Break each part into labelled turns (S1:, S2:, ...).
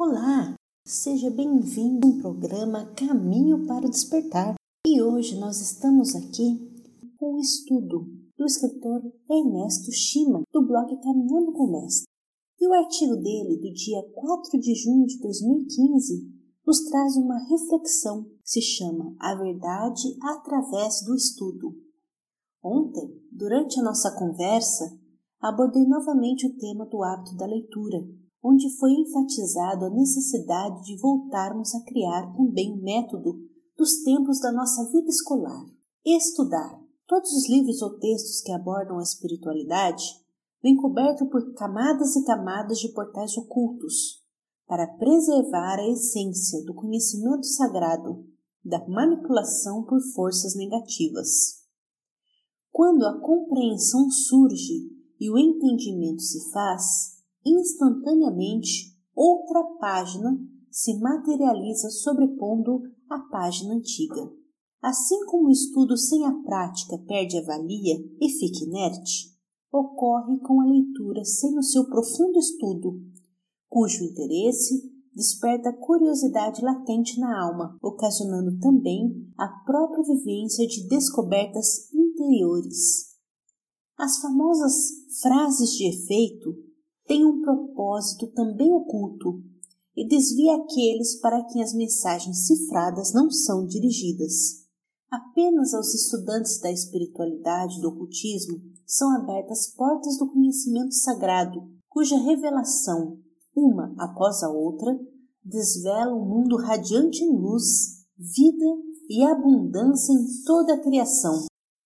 S1: Olá, seja bem-vindo ao programa Caminho para o Despertar. E hoje nós estamos aqui com o estudo do escritor Ernesto Chima, do blog Caminhando com o Mestre. E o artigo dele, do dia 4 de junho de 2015, nos traz uma reflexão que se chama A Verdade através do Estudo. Ontem, durante a nossa conversa, abordei novamente o tema do hábito da leitura, onde foi enfatizado a necessidade de voltarmos a criar também o método dos tempos da nossa vida escolar. Estudar. Todos os livros ou textos que abordam a espiritualidade vêm cobertos por camadas e camadas de portais ocultos, para preservar a essência do conhecimento sagrado, da manipulação por forças negativas. Quando a compreensão surge e o entendimento se faz, instantaneamente outra página se materializa sobrepondo a página antiga. Assim como o estudo sem a prática perde a valia e fica inerte, ocorre com a leitura sem o seu profundo estudo, cujo interesse desperta curiosidade latente na alma, ocasionando também a própria vivência de descobertas interiores. As famosas frases de efeito têm um propósito também oculto e desvia aqueles para quem as mensagens cifradas não são dirigidas. Apenas aos estudantes da espiritualidade e do ocultismo são abertas portas do conhecimento sagrado, cuja revelação, uma após a outra, desvela um mundo radiante em luz, vida e abundância em toda a criação.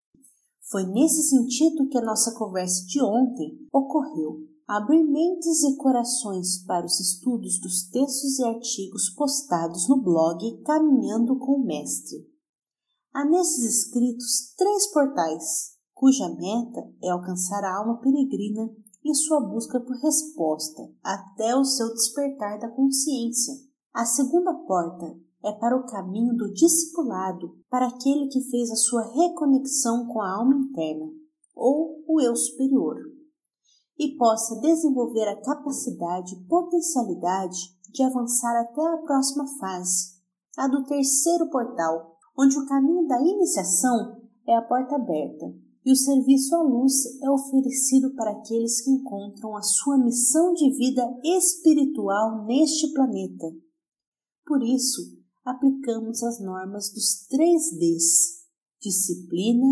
S1: Foi nesse sentido que a nossa conversa de ontem ocorreu. Abrir mentes e corações para os estudos dos textos e artigos postados no blog Caminhando com o Mestre. Há nesses escritos 3 portais, cuja meta é alcançar a alma peregrina em sua busca por resposta até o seu despertar da consciência. A segunda porta é para o caminho do discipulado, para aquele que fez a sua reconexão com a alma interna, ou o eu superior, e possa desenvolver a capacidade e potencialidade de avançar até a próxima fase, a do terceiro portal, onde o caminho da iniciação é a porta aberta e o serviço à luz é oferecido para aqueles que encontram a sua missão de vida espiritual neste planeta. Por isso, aplicamos as normas dos 3 Ds: disciplina,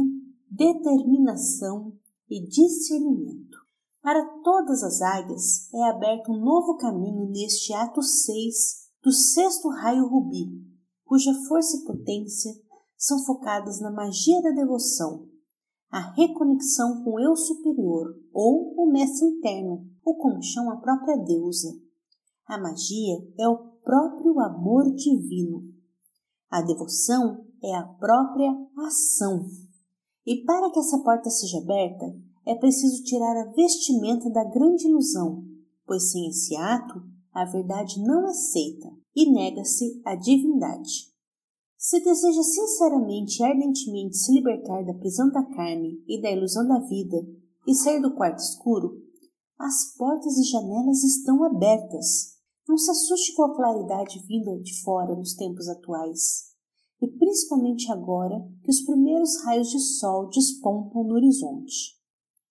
S1: determinação e discernimento. Para todas as águias é aberto um novo caminho neste ato 6 do 6º raio rubi, cuja força e potência são focadas na magia da devoção, a reconexão com o eu superior ou o mestre interno, ou como chama a própria deusa. A magia é o próprio amor divino. A devoção é a própria ação. E para que essa porta seja aberta, é preciso tirar a vestimenta da grande ilusão, pois sem esse ato, a verdade não aceita e nega-se a divindade. Se deseja sinceramente e ardentemente se libertar da prisão da carne e da ilusão da vida e sair do quarto escuro, as portas e janelas estão abertas. Não se assuste com a claridade vinda de fora nos tempos atuais, e principalmente agora que os primeiros raios de sol despontam no horizonte.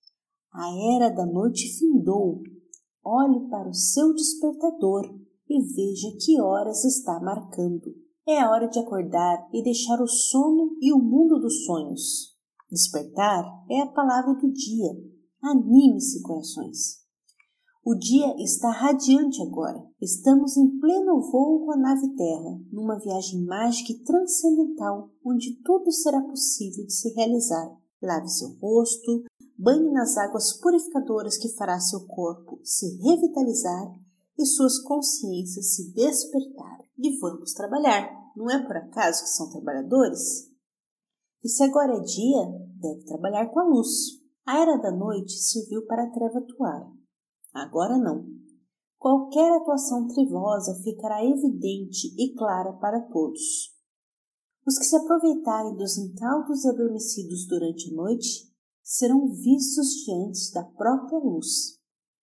S1: A era da noite findou. Olhe para o seu despertador e veja que horas está marcando. É a hora de acordar e deixar o sono e o mundo dos sonhos. Despertar é a palavra do dia. Anime-se, corações. O dia está radiante agora. Estamos em pleno voo com a nave Terra, numa viagem mágica e transcendental, onde tudo será possível de se realizar. Lave seu rosto, banhe nas águas purificadoras que fará seu corpo se revitalizar e suas consciências se despertar. E vamos trabalhar. Não é por acaso que são trabalhadores? E se agora é dia, deve trabalhar com a luz. A era da noite serviu para a treva atuar. Agora não. Qualquer atuação trevosa ficará evidente e clara para todos. Os que se aproveitarem dos incautos e adormecidos durante a noite serão vistos diante da própria luz.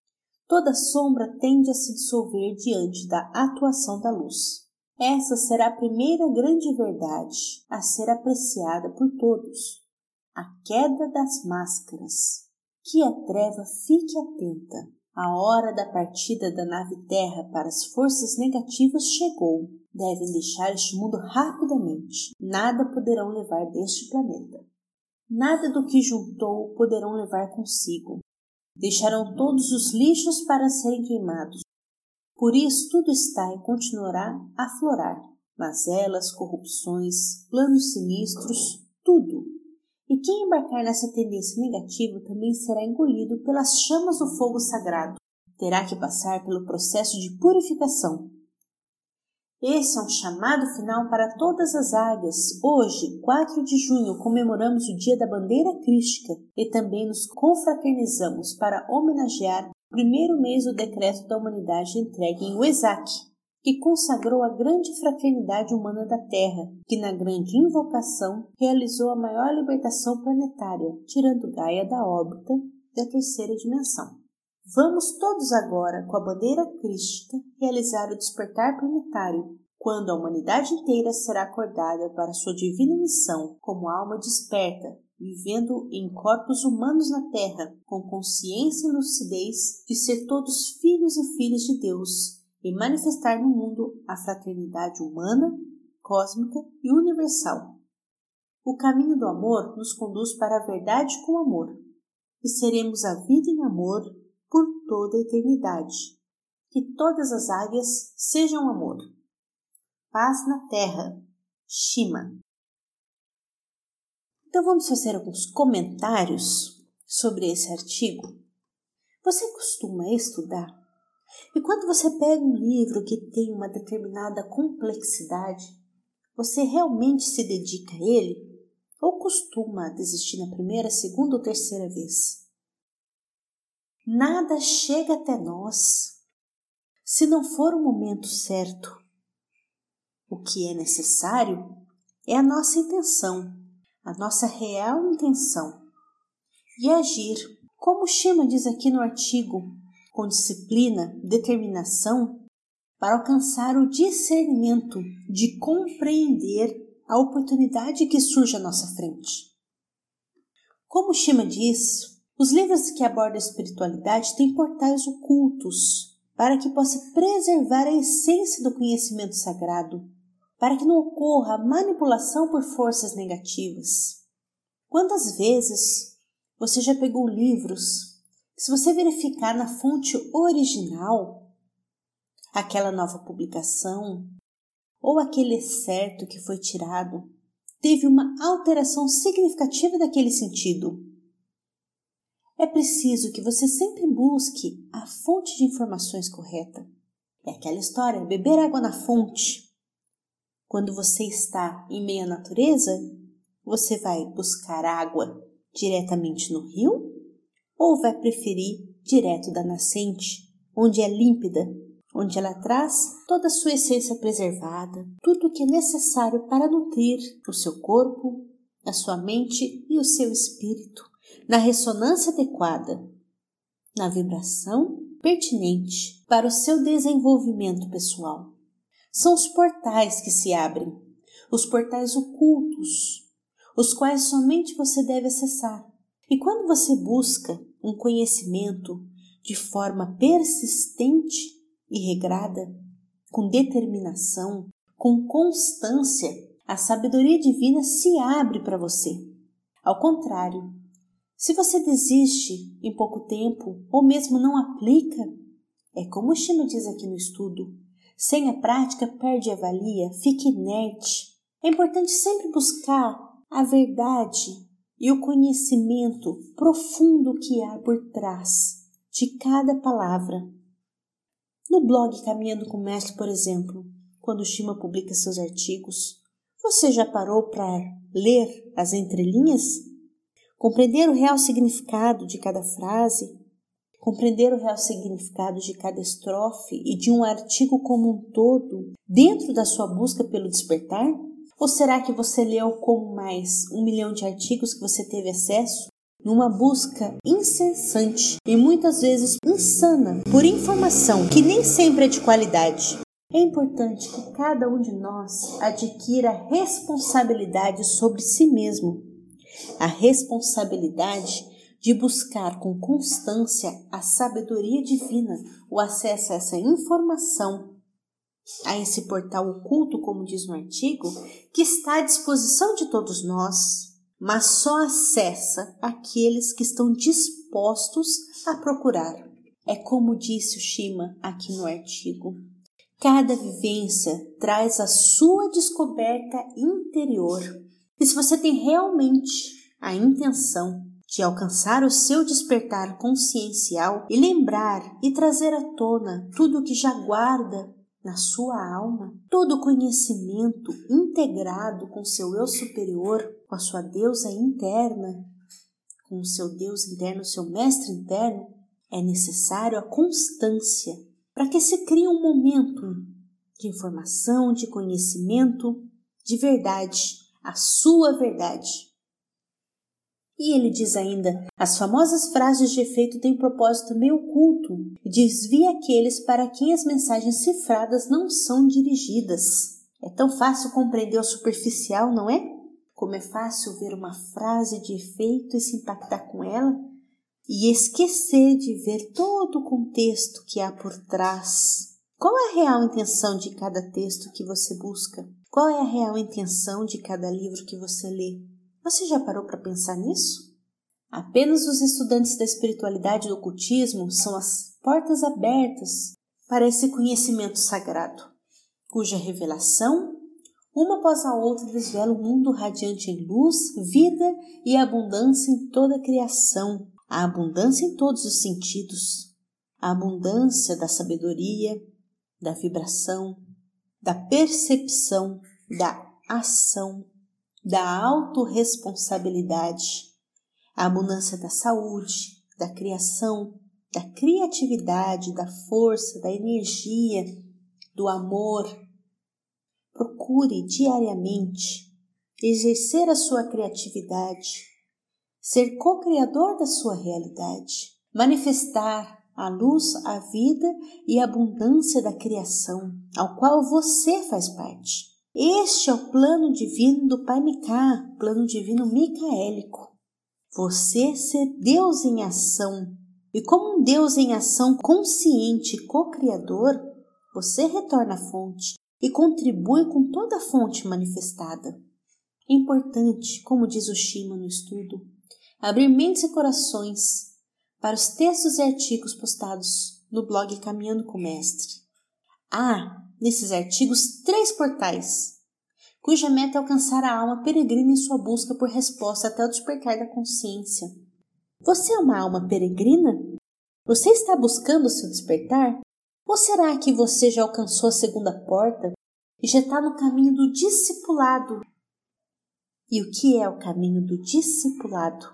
S1: Toda sombra tende a se dissolver diante da atuação da luz. Essa será a primeira grande verdade a ser apreciada por todos. A queda das máscaras. Que a treva fique atenta. A hora da partida da nave Terra para as forças negativas chegou. Devem deixar este mundo rapidamente. Nada poderão levar deste planeta. Nada do que juntou poderão levar consigo. Deixarão todos os lixos para serem queimados. Por isso tudo está e continuará a aflorar. Mazelas, corrupções, planos sinistros, tudo. E quem embarcar nessa tendência negativa também será engolido pelas chamas do fogo sagrado. Terá que passar pelo processo de purificação. Esse é um chamado final para todas as águias. Hoje, 4 de junho, comemoramos o Dia da Bandeira Crística e também nos confraternizamos para homenagear o primeiro mês do decreto da humanidade entregue em Wesak, que consagrou a grande fraternidade humana da Terra, que na grande invocação realizou a maior libertação planetária, tirando Gaia da órbita da terceira dimensão. Vamos todos agora, com a bandeira crística, realizar o despertar planetário, quando a humanidade inteira será acordada para sua divina missão como alma desperta, vivendo em corpos humanos na Terra, com consciência e lucidez de ser todos filhos e filhas de Deus e manifestar no mundo a fraternidade humana, cósmica e universal. O caminho do amor nos conduz para a verdade com amor, e seremos a vida em amor por toda a eternidade. Que todas as águias sejam amor. Paz na Terra. Shima. Então vamos fazer alguns comentários sobre esse artigo. Você costuma estudar? E quando você pega um livro que tem uma determinada complexidade, você realmente se dedica a ele? Ou costuma desistir na primeira, segunda ou terceira vez? Nada chega até nós se não for o momento certo. O que é necessário é a nossa intenção, a nossa real intenção, e agir, como Shima diz aqui no artigo, com disciplina, determinação, para alcançar o discernimento de compreender a oportunidade que surge à nossa frente. Como Shima diz, os livros que abordam a espiritualidade têm portais ocultos para que possa preservar a essência do conhecimento sagrado, para que não ocorra a manipulação por forças negativas. Quantas vezes você já pegou livros que, se você verificar na fonte original, aquela nova publicação ou aquele excerto que foi tirado, teve uma alteração significativa daquele sentido? É preciso que você sempre busque a fonte de informações correta. É aquela história, beber água na fonte. Quando você está em meio à natureza, você vai buscar água diretamente no rio ou vai preferir direto da nascente, onde é límpida, onde ela traz toda a sua essência preservada, tudo o que é necessário para nutrir o seu corpo, a sua mente e o seu espírito, na ressonância adequada, na vibração pertinente para o seu desenvolvimento pessoal. São os portais que se abrem, os portais ocultos, os quais somente você deve acessar. E quando você busca um conhecimento de forma persistente e regrada, com determinação, com constância, a sabedoria divina se abre para você. Ao contrário, se você desiste em pouco tempo ou mesmo não aplica, é como o Shima diz aqui no estudo, sem a prática perde a valia, fica inerte. É importante sempre buscar a verdade e o conhecimento profundo que há por trás de cada palavra. No blog Caminhando com o Mestre, por exemplo, quando o Shima publica seus artigos, você já parou para ler as entrelinhas? Compreender o real significado de cada frase? Compreender o real significado de cada estrofe e de um artigo como um todo dentro da sua busca pelo despertar? Ou será que você leu como mais 1 milhão de artigos que você teve acesso numa busca incessante e muitas vezes insana por informação que nem sempre é de qualidade. É importante que cada um de nós adquira a responsabilidade sobre si mesmo, a responsabilidade de buscar com constância a sabedoria divina, o acesso a essa informação, a esse portal oculto, como diz no artigo, que está à disposição de todos nós, mas só acessa aqueles que estão dispostos a procurar. É como disse o Shima aqui no artigo. Cada vivência traz a sua descoberta interior. E se você tem realmente a intenção de alcançar o seu despertar consciencial e lembrar e trazer à tona tudo o que já guarda na sua alma, todo o conhecimento integrado com o seu eu superior, com a sua deusa interna, com o seu Deus interno, o seu mestre interno, é necessário a constância para que se crie um momento de informação, de conhecimento, de verdade, a sua verdade. E ele diz ainda, as famosas frases de efeito têm propósito meio oculto e desvia aqueles para quem as mensagens cifradas não são dirigidas. É tão fácil compreender o superficial, não é? Como é fácil ver uma frase de efeito e se impactar com ela e esquecer de ver todo o contexto que há por trás. Qual é a real intenção de cada texto que você busca? Qual é a real intenção de cada livro que você lê? Você já parou para pensar nisso? Apenas os estudantes da espiritualidade e do ocultismo são as portas abertas para esse conhecimento sagrado, cuja revelação, uma após a outra, desvela um mundo radiante em luz, vida e abundância em toda a criação, a abundância em todos os sentidos, a abundância da sabedoria, da vibração, da percepção, da ação, da autorresponsabilidade, a abundância da saúde, da criação, da criatividade, da força, da energia, do amor. Procure diariamente exercer a sua criatividade, ser co-criador da sua realidade, manifestar a luz, a vida e a abundância da criação, ao qual você faz parte. Este é o plano divino do Pai Mika, plano divino micaélico. Você ser Deus em ação. E como um Deus em ação consciente e co-criador, você retorna à fonte e contribui com toda a fonte manifestada. É importante, como diz o Shima no estudo, abrir mentes e corações para os textos e artigos postados no blog Caminhando com o Mestre. Há, nesses artigos, 3 portais, cuja meta é alcançar a alma peregrina em sua busca por resposta até o despertar da consciência. Você é uma alma peregrina? Você está buscando o seu despertar? Ou será que você já alcançou a segunda porta e já está no caminho do discipulado? E o que é o caminho do discipulado?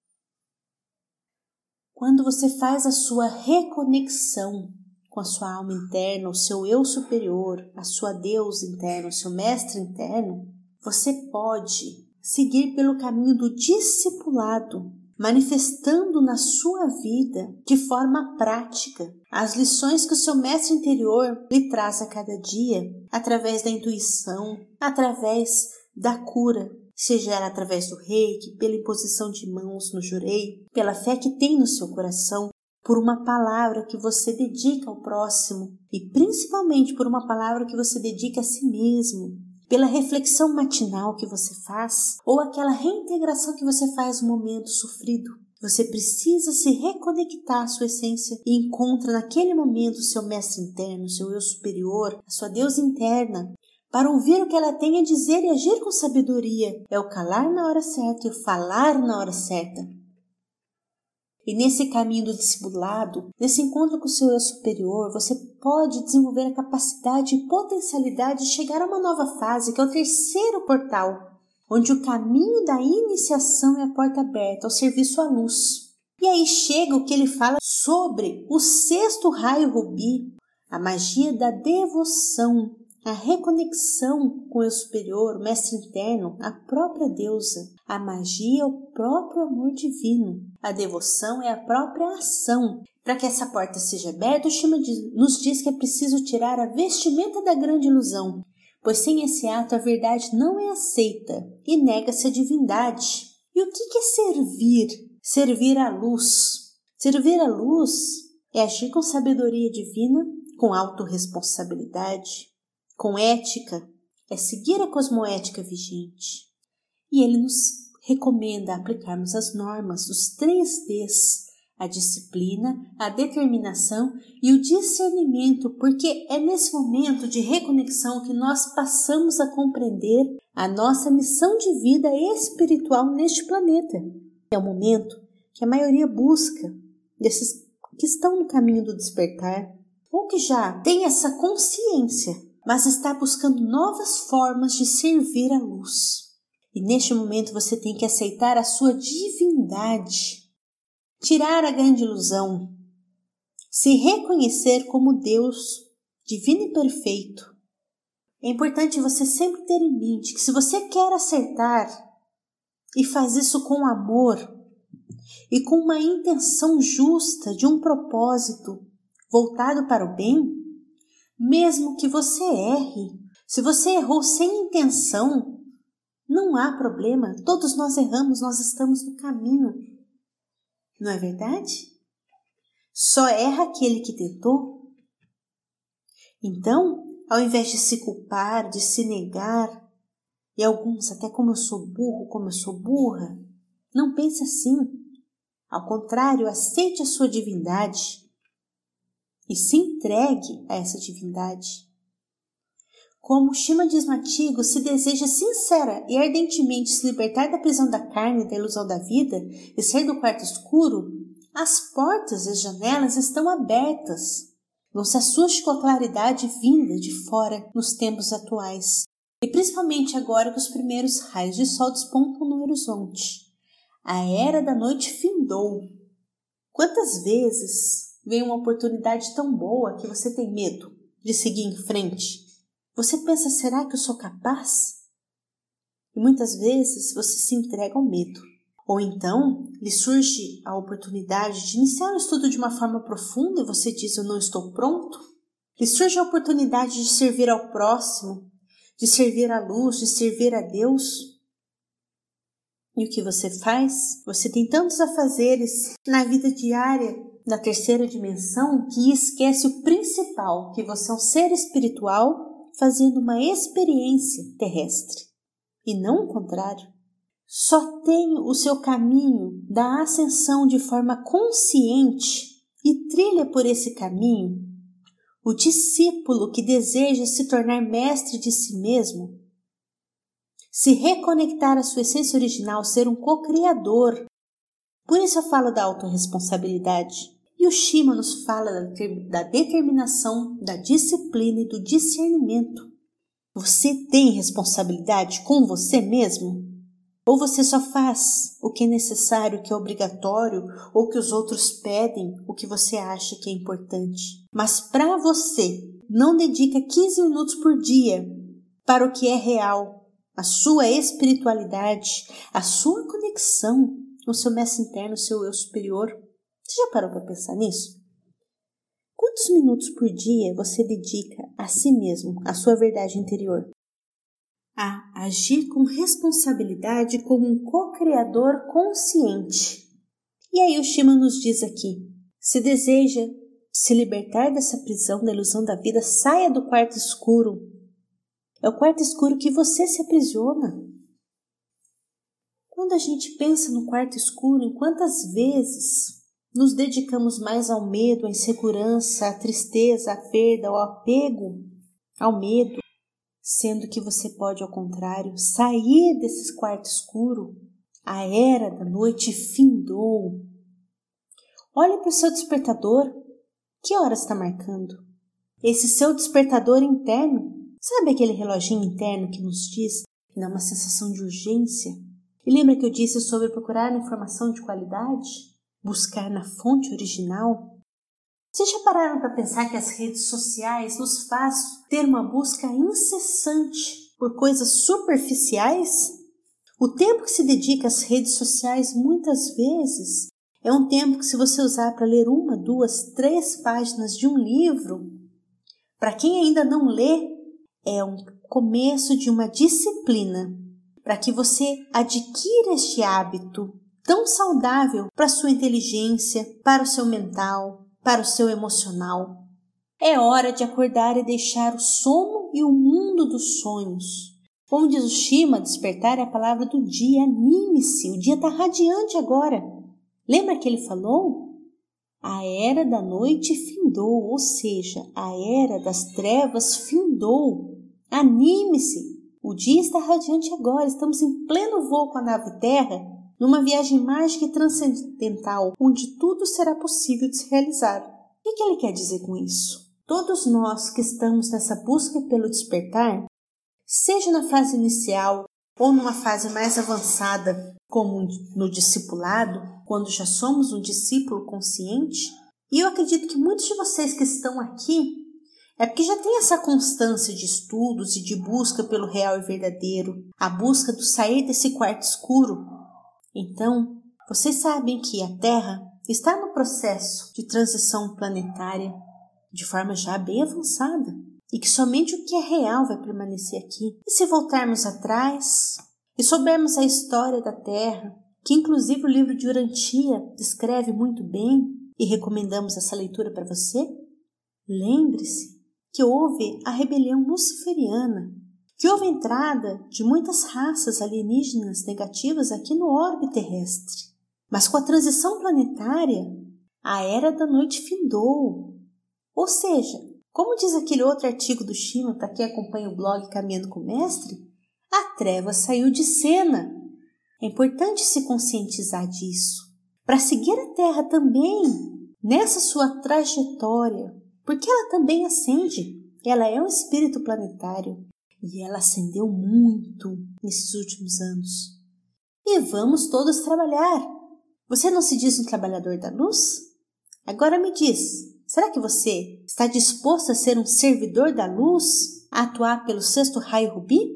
S1: Quando você faz a sua reconexão com a sua alma interna, o seu eu superior, a sua deusa interna, o seu mestre interno, você pode seguir pelo caminho do discipulado, manifestando na sua vida de forma prática as lições que o seu mestre interior lhe traz a cada dia, através da intuição, através da cura, seja ela através do reiki, pela imposição de mãos no jurei, pela fé que tem no seu coração, por uma palavra que você dedica ao próximo e principalmente por uma palavra que você dedica a si mesmo, pela reflexão matinal que você faz ou aquela reintegração que você faz no momento sofrido. Você precisa se reconectar à sua essência e encontra naquele momento o seu mestre interno, o seu eu superior, a sua deusa interna, para ouvir o que ela tem a dizer e agir com sabedoria. É o calar na hora certa e o falar na hora certa. E nesse caminho do discipulado, nesse encontro com o seu eu superior, você pode desenvolver a capacidade e potencialidade de chegar a uma nova fase, que é o 3º portal, onde o caminho da iniciação é a porta aberta ao serviço à luz. E aí chega o que ele fala sobre o 6º raio rubi, a magia da devoção, a reconexão com o eu superior, o mestre interno, a própria deusa. A magia é o próprio amor divino. A devoção é a própria ação. Para que essa porta seja aberta, o Shima nos diz que é preciso tirar a vestimenta da grande ilusão, pois sem esse ato a verdade não é aceita e nega-se a divindade. E o que é servir? Servir à luz. Servir à luz é agir com sabedoria divina, com autorresponsabilidade, com ética, é seguir a cosmoética vigente. E ele nos recomenda aplicarmos as normas dos 3Ds, a disciplina, a determinação e o discernimento, porque é nesse momento de reconexão que nós passamos a compreender a nossa missão de vida espiritual neste planeta. É o momento que a maioria busca desses que estão no caminho do despertar, ou que já tem essa consciência, mas está buscando novas formas de servir a luz. E neste momento você tem que aceitar a sua divindade, tirar a grande ilusão, se reconhecer como Deus divino e perfeito. É importante você sempre ter em mente que se você quer acertar e faz isso com amor e com uma intenção justa de um propósito voltado para o bem, mesmo que você erre, se você errou sem intenção, não há problema, todos nós erramos, nós estamos no caminho. Não é verdade? Só erra aquele que tentou. Então, ao invés de se culpar, de se negar, e alguns até como eu sou burro, como eu sou burra, não pense assim. Ao contrário, aceite a sua divindade e se entregue a essa divindade. Como Shima diz no artigo, se deseja sincera e ardentemente se libertar da prisão da carne e da ilusão da vida e sair do quarto escuro, as portas e as janelas estão abertas. Não se assuste com a claridade vinda de fora nos tempos atuais, e principalmente agora que os primeiros raios de sol despontam no horizonte. A era da noite findou. Quantas vezes vem uma oportunidade tão boa que você tem medo de seguir em frente? Você pensa, será que eu sou capaz? E muitas vezes você se entrega ao medo. Ou então, lhe surge a oportunidade de iniciar um estudo de uma forma profunda e você diz, eu não estou pronto. Lhe surge a oportunidade de servir ao próximo, de servir à luz, de servir a Deus. E o que você faz? Você tem tantos afazeres na vida diária, na terceira dimensão, que esquece o principal, que você é um ser espiritual fazendo uma experiência terrestre. E não o contrário. Só tem o seu caminho da ascensão de forma consciente e trilha por esse caminho o discípulo que deseja se tornar mestre de si mesmo, se reconectar à sua essência original, ser um co-criador. Por isso eu falo da autorresponsabilidade. E o Shima nos fala da determinação, da disciplina e do discernimento. Você tem responsabilidade com você mesmo? Ou você só faz o que é necessário, o que é obrigatório, ou o que os outros pedem, o que você acha que é importante? Mas para você, não dedica 15 minutos por dia para o que é real, a sua espiritualidade, a sua conexão com o seu mestre interno, o seu eu superior. Você já parou para pensar nisso? Quantos minutos por dia você dedica a si mesmo, à sua verdade interior? A agir com responsabilidade como um co-criador consciente. E aí o Shima nos diz aqui, se deseja se libertar dessa prisão da ilusão da vida, saia do quarto escuro. É o quarto escuro que você se aprisiona. Quando a gente pensa no quarto escuro, em quantas vezes nos dedicamos mais ao medo, à insegurança, à tristeza, à perda, ao apego, ao medo, sendo que você pode, ao contrário, sair desse quarto escuro. A era da noite findou. Olhe para o seu despertador. Que hora está marcando? Esse seu despertador interno, sabe aquele reloginho interno que nos diz, que dá uma sensação de urgência? E lembra que eu disse sobre procurar informação de qualidade? Buscar na fonte original? Vocês já pararam para pensar que as redes sociais nos faz ter uma busca incessante por coisas superficiais? O tempo que se dedica às redes sociais muitas vezes é um tempo que, se você usar para ler 1, 2, 3 páginas de um livro, para quem ainda não lê, é um começo de uma disciplina para que você adquira este hábito tão saudável para a sua inteligência, para o seu mental, para o seu emocional. É hora de acordar e deixar o sono e o mundo dos sonhos. Como diz o Shima, despertar é a palavra do dia. Anime-se, o dia está radiante agora. Lembra que ele falou? A era da noite findou, ou seja, a era das trevas findou. Anime-se, o dia está radiante agora. Estamos em pleno voo com a nave Terra, numa viagem mágica e transcendental, onde tudo será possível de se realizar. O que ele quer dizer com isso? Todos nós que estamos nessa busca pelo despertar, seja na fase inicial ou numa fase mais avançada, como no discipulado, quando já somos um discípulo consciente, e eu acredito que muitos de vocês que estão aqui é porque já tem essa constância de estudos e de busca pelo real e verdadeiro, a busca do sair desse quarto escuro. Então, vocês sabem que a Terra está no processo de transição planetária de forma já bem avançada e que somente o que é real vai permanecer aqui. E se voltarmos atrás e soubermos a história da Terra, que inclusive o livro de Urantia descreve muito bem e recomendamos essa leitura para você, lembre-se que houve a rebelião luciferiana, que houve a entrada de muitas raças alienígenas negativas aqui no orbe terrestre. Mas com a transição planetária, a era da noite findou. Ou seja, como diz aquele outro artigo do Shima, para quem acompanha o blog Caminhando com o Mestre, a treva saiu de cena. É importante se conscientizar disso, para seguir a Terra também nessa sua trajetória, porque ela também ascende. Ela é um espírito planetário. E ela ascendeu muito nesses últimos anos. E vamos todos trabalhar. Você não se diz um trabalhador da luz? Agora me diz, será que você está disposto a ser um servidor da luz, a atuar pelo 6º raio rubi?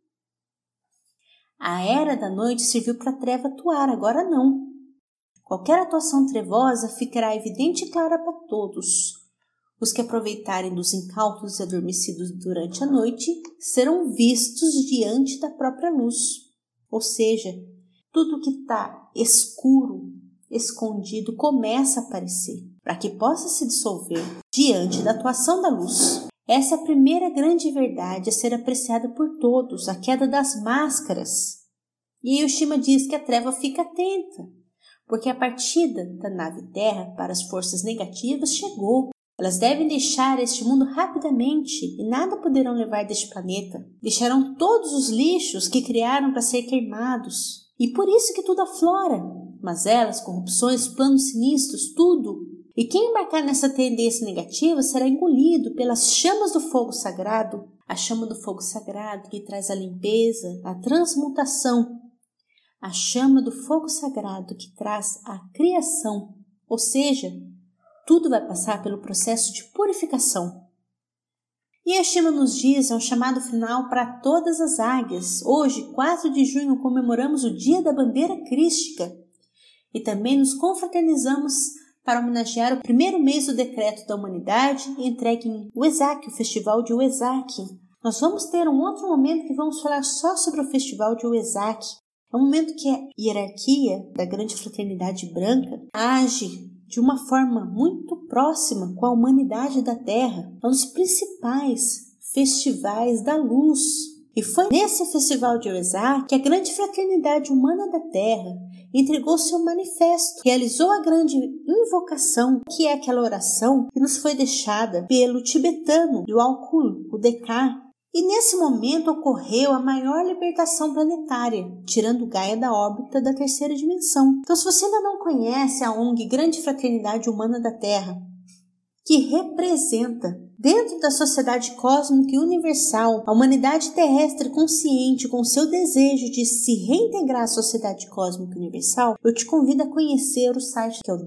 S1: A era da noite serviu para a treva atuar, agora não. Qualquer atuação trevosa ficará evidente e clara para todos. Os que aproveitarem dos incautos e adormecidos durante a noite serão vistos diante da própria luz. Ou seja, tudo que está escuro, escondido, começa a aparecer, para que possa se dissolver diante da atuação da luz. Essa é a primeira grande verdade a ser apreciada por todos, a queda das máscaras. E aí o Shima diz que a treva fica atenta, porque a partida da nave Terra para as forças negativas chegou. Elas devem deixar este mundo rapidamente e nada poderão levar deste planeta. Deixarão todos os lixos que criaram para ser queimados. E por isso que tudo aflora. Mazelas, corrupções, planos sinistros, tudo. E quem embarcar nessa tendência negativa será engolido pelas chamas do fogo sagrado. A chama do fogo sagrado que traz a limpeza, a transmutação. A chama do fogo sagrado que traz a criação. Ou seja, tudo vai passar pelo processo de purificação. E a Shima nos diz, é um chamado final para todas as águias. Hoje, 4 de junho, comemoramos o Dia da Bandeira Crística. E também nos confraternizamos para homenagear o primeiro mês do Decreto da Humanidade entregue em Uesaki, o Festival de Uesaki. Nós vamos ter um outro momento que vamos falar só sobre o Festival de Uesaki. É um momento que a hierarquia da grande fraternidade branca age de uma forma muito próxima com a humanidade da Terra. É um dos principais festivais da luz. E foi nesse festival de Uesaki que a grande fraternidade humana da Terra entregou seu manifesto, realizou a grande invocação, que é aquela oração que nos foi deixada pelo tibetano Dwalkul, o Dekar. E nesse momento ocorreu a maior libertação planetária, tirando Gaia da órbita da 3ª dimensão. Então, se você ainda não conhece a ONG Grande Fraternidade Humana da Terra, que representa, dentro da sociedade cósmica e universal, a humanidade terrestre consciente com seu desejo de se reintegrar à sociedade cósmica e universal, eu te convido a conhecer o site que é o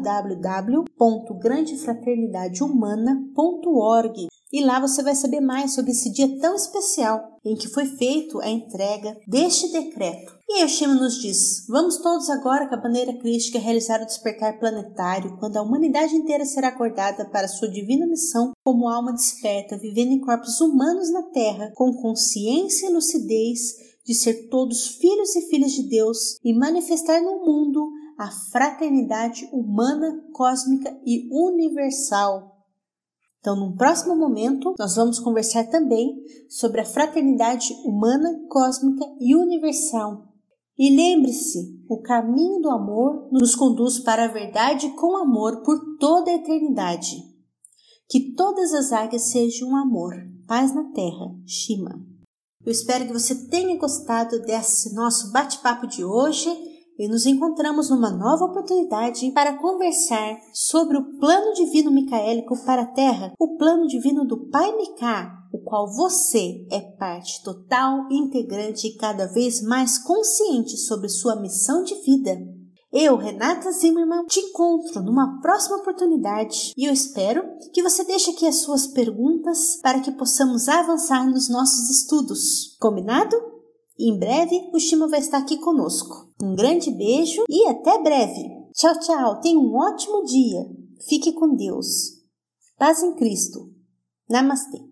S1: www.grandefraternidadehumana.org. E lá você vai saber mais sobre esse dia tão especial em que foi feito a entrega deste decreto. E aí o Shima nos diz: vamos todos agora com a bandeira crística realizar o despertar planetário, quando a humanidade inteira será acordada para sua divina missão como alma desperta, vivendo em corpos humanos na Terra, com consciência e lucidez de ser todos filhos e filhas de Deus e manifestar no mundo a fraternidade humana, cósmica e universal. Então, num próximo momento, nós vamos conversar também sobre a fraternidade humana, cósmica e universal. E lembre-se, o caminho do amor nos conduz para a verdade com amor por toda a eternidade. Que todas as águias sejam amor, paz na terra, Shima. Eu espero que você tenha gostado desse nosso bate-papo de hoje. E nos encontramos numa nova oportunidade para conversar sobre o plano divino micaélico para a Terra, o plano divino do Pai Mika, o qual você é parte total, integrante e cada vez mais consciente sobre sua missão de vida. Eu, Renata Zimmermann, te encontro numa próxima oportunidade e eu espero que você deixe aqui as suas perguntas para que possamos avançar nos nossos estudos. Combinado? E em breve o Shima vai estar aqui conosco. Um grande beijo e até breve. Tchau, tchau. Tenha um ótimo dia. Fique com Deus. Paz em Cristo. Namastê.